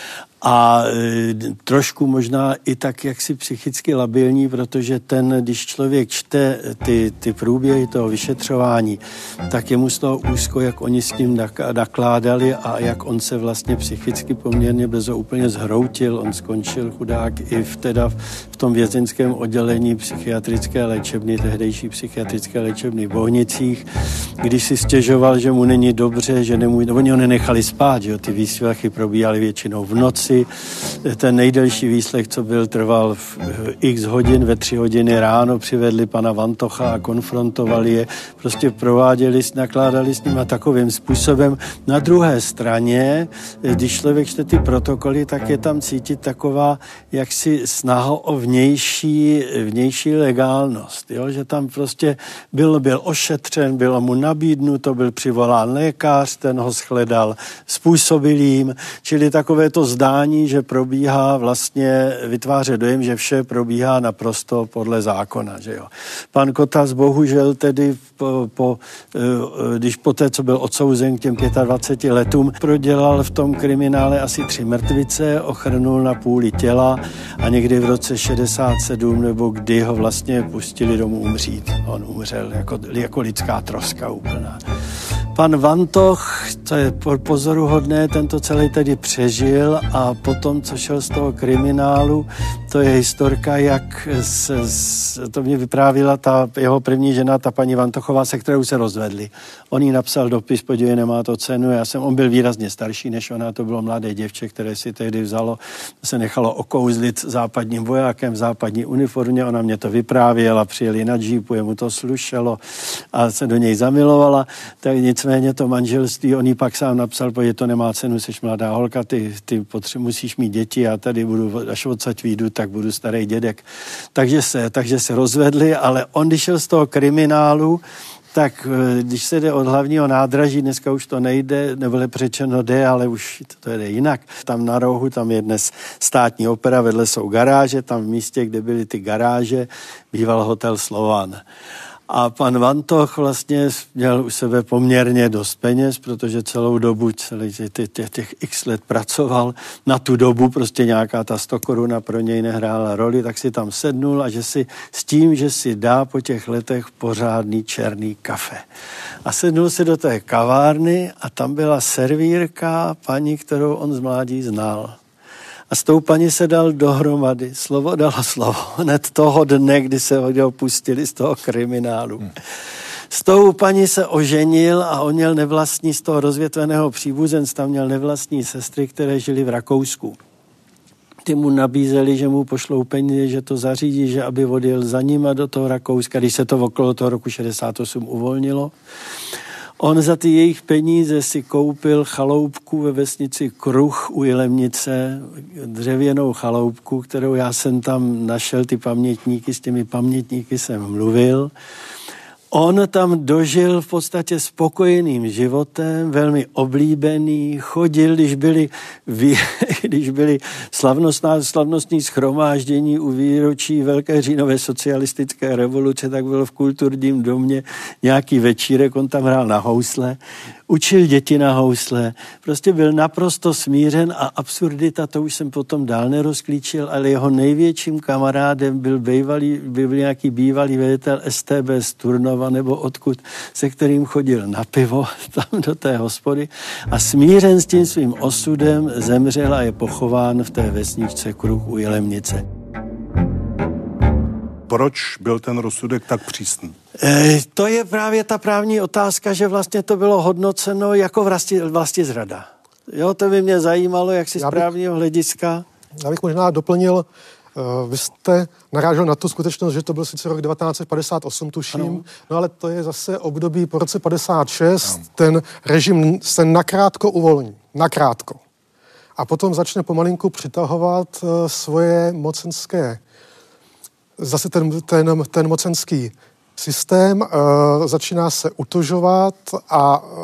a e, trošku možná i tak jaksi psychicky labilní, protože ten, když člověk čte ty, ty průběhy toho vyšetřování, tak je mu z toho úzko, jak oni s ním nakládali a jak on se vlastně psychicky poměrně brzo úplně zhroutil. On skončil chudák i v, teda v tom vězeňském oddělení psychiatrické léčebny, tehdejší psychiatrické léčebny v Bohnicích, když si stěžoval, že mu není dobře, že nemů... oni ho nenechali spát, že jo? Ty výslechy probíhaly většinou v noci. Ten nejdelší výslech, co byl, trval v x hodin, ve tři hodiny ráno přivedli pana Vantocha a konfrontovali je, prostě prováděli, nakládali s ním a takovým způsobem. Na druhé straně, když člověk čte ty protokoly, tak je tam cítit taková jaksi snaha o vnější, vnější legálnost, jo? Že tam prostě byl, byl ošetřen, bylo mu nabídnuto, byl přivolán lékař, ten ho shledal způsobilým, čili takové to zdání, že probíhá vlastně, vytváře dojem, že vše probíhá naprosto podle zákona, že jo. Pan Kotas bohužel tedy po, po, když poté, co byl odsouzen k těm dvaceti pěti letům, prodělal v tom kriminále asi tři mrtvice, ochrnul na půli těla a někdy v roce šedesát sedm nebo kdy ho vlastně pustili domů umřít. On umřel jako, jako lidská troska úplná. Pan Vantoch, to je pozoruhodné, tento celý tedy přežil a potom, co šel z toho kriminálu, to je historka, jak se, to mě vyprávila ta jeho první žena, ta paní Vantochová, se kterou se rozvedli. On jí napsal dopis, podívej, nemá to cenu, já jsem, on byl výrazně starší než ona, to bylo mladé děvče, které si tehdy vzalo, se nechalo okouzlit západním vojákem v západní uniformě, ona mě to vyprávěla, přijeli na džípu, jemu to slušelo a se do něj zamilovala, tak nicméně to manželství, on jí pak sám napsal, že to nemá cenu, seš mladá holka, ty, ty potře- musíš mít děti, já tady budu, až odsaď výjdu, tak budu starý dědek. Takže se, takže se rozvedli, ale on, když šel z toho kriminálu, tak když se jde od hlavního nádraží, dneska už to nejde, nebo řečeno jde, ale už to jde jinak. Tam na rohu, tam je dnes státní opera, vedle jsou garáže, tam v místě, kde byly ty garáže, býval hotel Slovan. A pan Vantoch vlastně měl u sebe poměrně dost peněz, protože celou dobu, celý těch, těch, těch x let pracoval. Na tu dobu prostě nějaká ta sto koruna pro něj nehrála roli, tak si tam sednul a že si s tím, že si dá po těch letech pořádný černý kafe. A sednul si do té kavárny a tam byla servírka paní, kterou on z mládí znal. A s tou paní se dal dohromady. Slovo dalo slovo. Hned toho dne, kdy se ho pustili z toho kriminálu. Hmm. S tou paní se oženil a on měl nevlastní z toho rozvětveného příbuzenstva, měl nevlastní sestry, které žili v Rakousku. Ty mu nabízeli, že mu pošlou peníze, že to zařídí, že aby odjel za nima do toho Rakouska, když se to okolo toho roku šedesát osm uvolnilo. On za ty jejich peníze si koupil chaloupku ve vesnici Kruh u Jilemnice, dřevěnou chaloupku, kterou já jsem tam našel, ty pamětníky, s těmi pamětníky jsem mluvil. On tam dožil v podstatě spokojeným životem, velmi oblíbený, chodil, když byly, když byly slavnostná, slavnostní shromáždění u výročí Velké říjnové socialistické revoluce, tak byl v kulturním domě nějaký večírek, on tam hrál na housle, učil děti na housle, prostě byl naprosto smířen a absurdita, to už jsem potom dál nerozklíčil, ale jeho největším kamarádem byl bývalý, byl nějaký bývalý velitel S T B z Turnova nebo odkud, se kterým chodil na pivo tam do té hospody a smířen s tím svým osudem zemřel a je pochován v té vesničce Kruh u Jilemnice. Proč byl ten rozsudek tak přísný? E, to je právě ta právní otázka, že vlastně to bylo hodnoceno jako vlastně, vlastně zrada. Jo, to by mě zajímalo, jak si z právního hlediska. Já bych možná doplnil, uh, vy jste narážel na tu skutečnost, že to byl sice rok devatenáct set padesát osm, tuším, ano. No ale to je zase období po roce padesát šest, ano. Ten režim se nakrátko uvolní, nakrátko. A potom začne pomalinku přitahovat uh, svoje mocenské, zase ten, ten, ten mocenský systém, uh, začíná se utužovat a uh,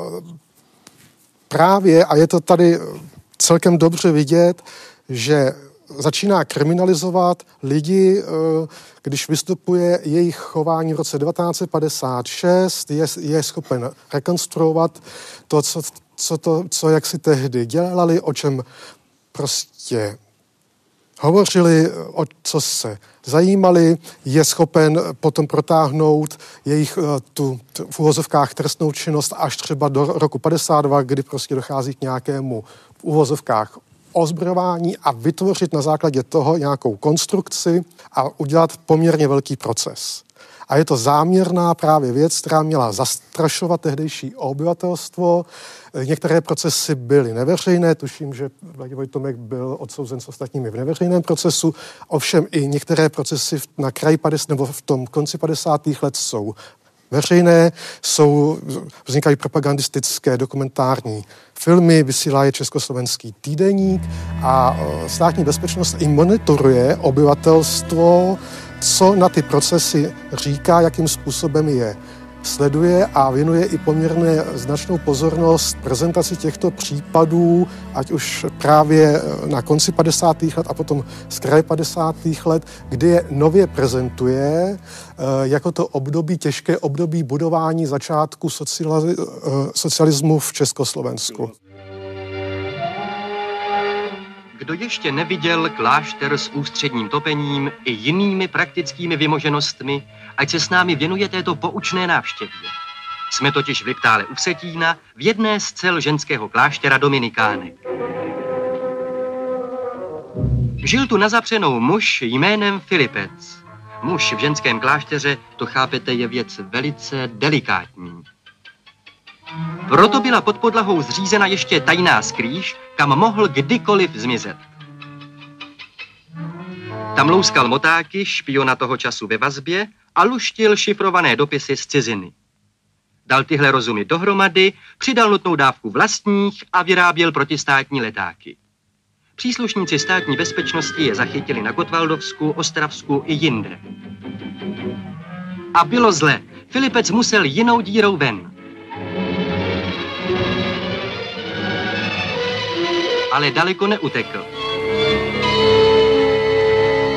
právě, a je to tady celkem dobře vidět, že začíná kriminalizovat lidi, když vystupuje jejich chování v roce devatenáct set padesát šest, je, je schopen rekonstruovat to, co, co, to, co jak si tehdy dělali, o čem prostě hovořili, o co se zajímali, je schopen potom protáhnout jejich tu, tu v uvozovkách trestnou činnost až třeba do roku padesát dva, kdy prostě dochází k nějakému v uvozovkách ozbrojování a vytvořit na základě toho nějakou konstrukci a udělat poměrně velký proces. A je to záměrná právě věc, která měla zastrašovat tehdejší obyvatelstvo. Některé procesy byly neveřejné, tuším, že Vladimír Tomek byl odsouzen s ostatními v neveřejném procesu, ovšem i některé procesy na kraji padesátých nebo v tom konci padesátých let jsou veřejné, jsou, vznikají propagandistické dokumentární filmy, vysílá je Československý týdeník a státní bezpečnost i monitoruje obyvatelstvo, co na ty procesy říká, jakým způsobem je sleduje a věnuje i poměrně značnou pozornost prezentaci těchto případů, ať už právě na konci padesátých let a potom z kraje padesátých let, kdy je nově prezentuje jako to období, těžké období budování začátku socialismu v Československu. Kdo ještě neviděl klášter s ústředním topením i jinými praktickými vymoženostmi, ať se s námi věnuje této poučné návštěvě. Jsme totiž v Liptále u Vsetína v jedné z cel ženského kláštera Dominikánek. Žil tu nazapřenou muž jménem Filipec. Muž v ženském klášteře, to chápete, je věc velice delikátní. Proto byla pod podlahou zřízena ještě tajná skrýž, kam mohl kdykoliv zmizet. Tam louskal motáky, špiona toho času ve vazbě a luštil šifrované dopisy z ciziny. Dal tyhle rozumy dohromady, přidal nutnou dávku vlastních a vyráběl protistátní letáky. Příslušníci státní bezpečnosti je zachytili na Gotwaldovsku, Ostravsku i jinde. A bylo zle. Filipec musel jinou dírou ven. Ale daleko neutekl. My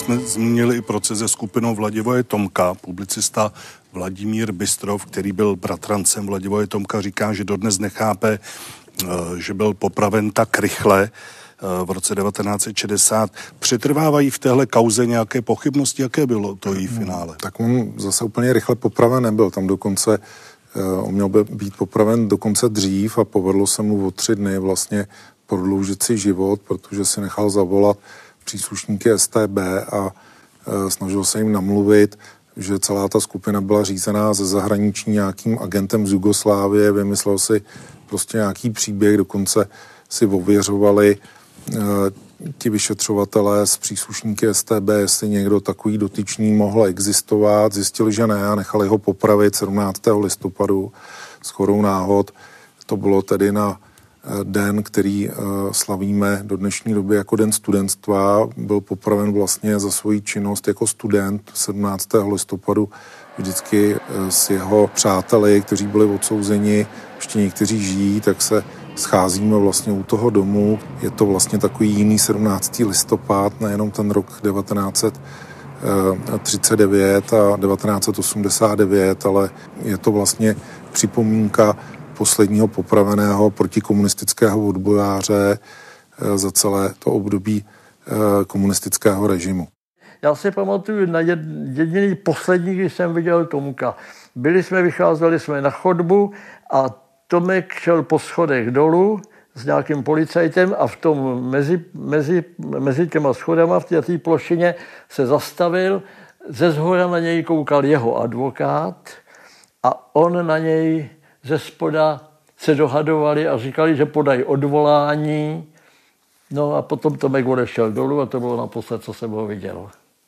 jsme zmínili i proces se skupinou Vladivoje Tomka. Publicista Vladimír Bystrov, který byl bratrancem Vladivoje Tomka, říká, že dodnes nechápe, že byl popraven tak rychle v roce devatenáct set šedesát. Přetrvávají v téhle kauze nějaké pochybnosti? Jaké bylo to její finále? Tak on zase úplně rychle popraven nebyl. Tam dokonce on měl by být popraven dokonce dřív a povedlo se mu o tři dny vlastně prodloužit si život, protože si nechal zavolat příslušníky S T B a snažil se jim namluvit, že celá ta skupina byla řízená ze zahraničí nějakým agentem z Jugoslávie, vymyslel si prostě nějaký příběh, dokonce si ověřovali e, ti vyšetřovatelé z příslušníky S T B, jestli někdo takový dotyčný mohl existovat, zjistili, že ne a nechali ho popravit sedmnáctého listopadu shodou náhod. To bylo tedy na den, který uh, slavíme do dnešní doby jako den studentstva. Byl popraven vlastně za svoji činnost jako student sedmnáctého listopadu vždycky uh, s jeho přáteli, kteří byli odsouzeni, ještě někteří žijí, tak se scházíme vlastně u toho domu. Je to vlastně takový jiný sedmnáctý listopad, nejenom ten rok devatenáct set třicet devět a devatenáct set osmdesát devět, ale je to vlastně připomínka posledního popraveného protikomunistického odbojáře za celé to období komunistického režimu. Já si pamatuju na jediný poslední, když jsem viděl Tomka. Byli jsme, vycházeli jsme na chodbu a Tomek šel po schodech dolů s nějakým policajtem a v tom mezi, mezi, mezi těma schodama v té plošině se zastavil. Ze zhora na něj koukal jeho advokát a on na něj ze spoda se dohadovali a říkali, že podají odvolání. No a potom Tomek odešel dolů a to bylo naposled, co jsem ho viděl.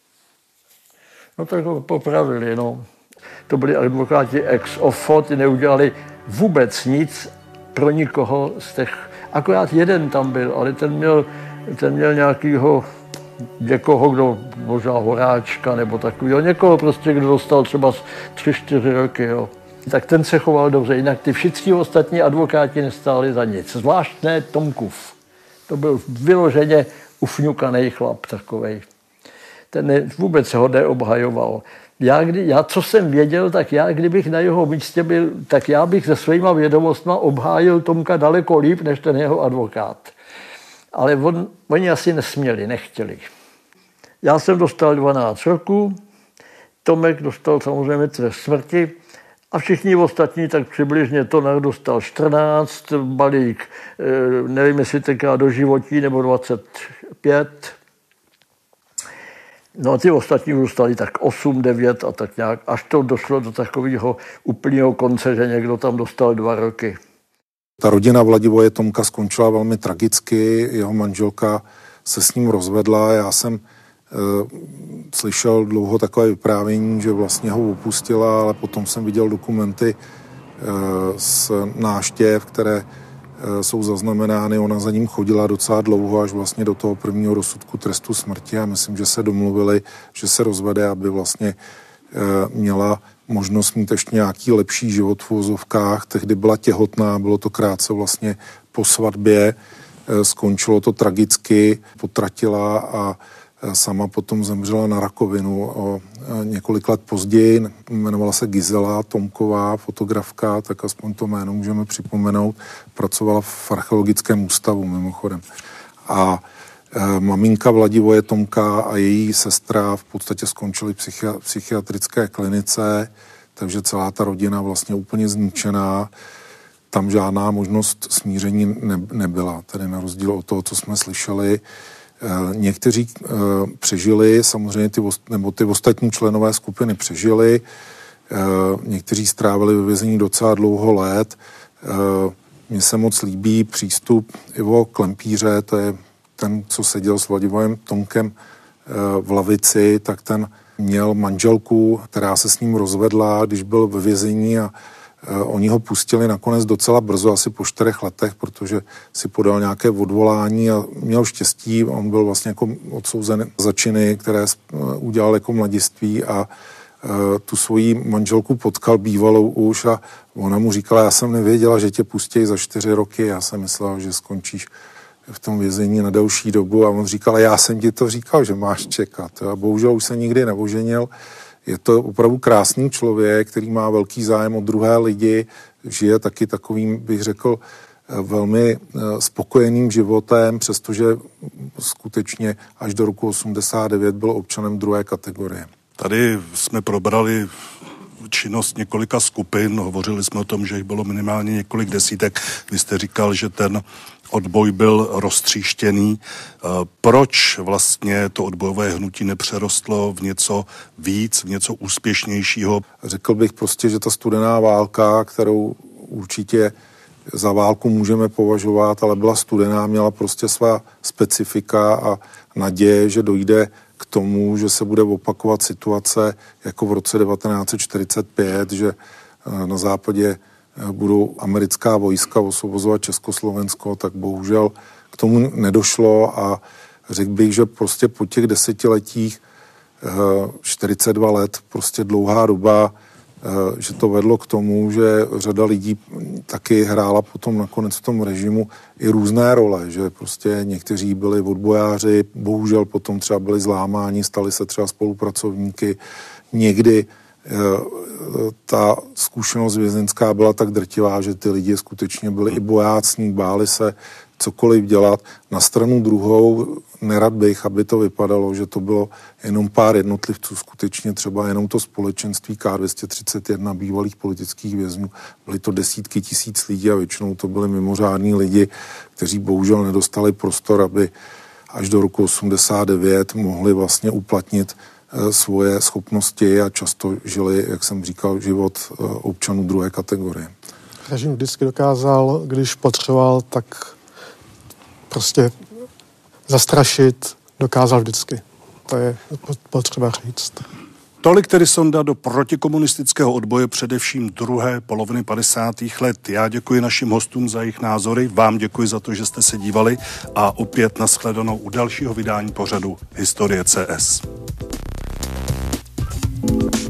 No tak ho popravili, no. To byli advokáti ex ofo, ty neudělali vůbec nic pro nikoho z těch... Akorát jeden tam byl, ale ten měl, ten měl nějakýho někoho, kdo možná Horáčka nebo takového, někoho prostě, kdo dostal třeba tři, čtyři roky, jo. Tak ten se choval dobře, jinak ty všichni ostatní advokáti nestáli za nic. Zvlášť ne Tomkův. To byl vyloženě ufňukaný chlap takovej. Ten ne, vůbec ho neobhajoval. Já, kdy, já, co jsem věděl, tak já, kdybych na jeho místě byl, tak já bych se svýma vědomostma obhájil Tomka daleko líp, než ten jeho advokát. Ale on, oni asi nesměli, nechtěli. Já jsem dostal dvanáct roků, Tomek dostal samozřejmě trest smrti a všichni ostatní tak přibližně. Tonar dostal čtrnáct, Balík, nevím, jestli teďka do životí nebo dvacet pět. No a ty ostatní dostali tak osm, devět a tak nějak, až to došlo do takového úplného konce, že někdo tam dostal dva roky. Ta rodina Vladivoje Tomka skončila velmi tragicky, jeho manželka se s ním rozvedla. Já jsem e, slyšel dlouho takové vyprávění, že vlastně ho opustila, ale potom jsem viděl dokumenty e, z návštěv, které e, jsou zaznamenány. Ona za ním chodila docela dlouho, až vlastně do toho prvního rozsudku trestu smrti a myslím, že se domluvili, že se rozvede, aby vlastně e, měla možnost mít ještě nějaký lepší život v uvozovkách. Tehdy byla těhotná, bylo to krátce vlastně po svatbě, skončilo to tragicky, potratila a sama potom zemřela na rakovinu o několik let později. Jmenovala se Gizela Tomková, fotografka, tak aspoň to jméno můžeme připomenout. Pracovala v archeologickém ústavu mimochodem. A maminka Vladivoje Tomka a její sestra v podstatě skončily v psychi- psychiatrické klinice, takže celá ta rodina vlastně úplně zničená. Tam žádná možnost smíření ne- nebyla, tedy na rozdíl od toho, co jsme slyšeli. E, někteří e, přežili, samozřejmě ty, nebo ty ostatní členové skupiny přežili, e, někteří strávili ve vězení docela dlouho let. E, mně se moc líbí přístup Ivo Klempíře, to je ten, co seděl s Vladivojem Tomkem v lavici, tak ten měl manželku, která se s ním rozvedla, když byl ve vězení a oni ho pustili nakonec docela brzo, asi po čtyřech letech, protože si podal nějaké odvolání a měl štěstí. On byl vlastně jako odsouzen za činy, které udělal jako mladiství a tu svoji manželku potkal bývalou už a ona mu říkala, já jsem nevěděla, že tě pustí za čtyři roky, já jsem myslela, že skončíš v tom vězení na delší dobu a on říkal, já jsem ti to říkal, že máš čekat. A bohužel už se nikdy neoženil. Je to opravdu krásný člověk, který má velký zájem o druhé lidi, žije taky takovým, bych řekl, velmi spokojeným životem, přestože skutečně až do roku osmdesát devět byl občanem druhé kategorie. Tady jsme probrali činnost několika skupin, hovořili jsme o tom, že jich bylo minimálně několik desítek. Vy jste říkal, že ten odboj byl roztříštěný. Proč vlastně to odbojové hnutí nepřerostlo v něco víc, v něco úspěšnějšího? Řekl bych prostě, že ta studená válka, kterou určitě za válku můžeme považovat, ale byla studená, měla prostě svá specifika a naděje, že dojde k tomu, že se bude opakovat situace jako v roce devatenáct set čtyřicet pět, že na západě budou americká vojska osvobozovat Československo, tak bohužel k tomu nedošlo a řekl bych, že prostě po těch desetiletích čtyřicet dva let, prostě dlouhá doba, že to vedlo k tomu, že řada lidí taky hrála potom nakonec v tom režimu i různé role, že prostě někteří byli odbojáři, bohužel potom třeba byli zlámáni, stali se třeba spolupracovníky. Někdy ta zkušenost vězenská byla tak drtivá, že ty lidi skutečně byli i bojácní, báli se cokoliv dělat. Na stranu druhou nerad bych, aby to vypadalo, že to bylo jenom pár jednotlivců, skutečně třeba jenom to společenství K dvě stě třicet jedna bývalých politických vězňů. Byly to desítky tisíc lidí a většinou to byli mimořádní lidi, kteří bohužel nedostali prostor, aby až do roku osmdesát devět mohli vlastně uplatnit svoje schopnosti a často žili, jak jsem říkal, život občanů druhé kategorie. Režim vždycky dokázal, když potřeboval, tak prostě zastrašit, dokázal vždycky. To je potřeba říct. Tolik tedy sonda do protikomunistického odboje především druhé poloviny padesátých let. Já děkuji našim hostům za jejich názory, vám děkuji za to, že jste se dívali a opět nashledanou u dalšího vydání pořadu Historie C S.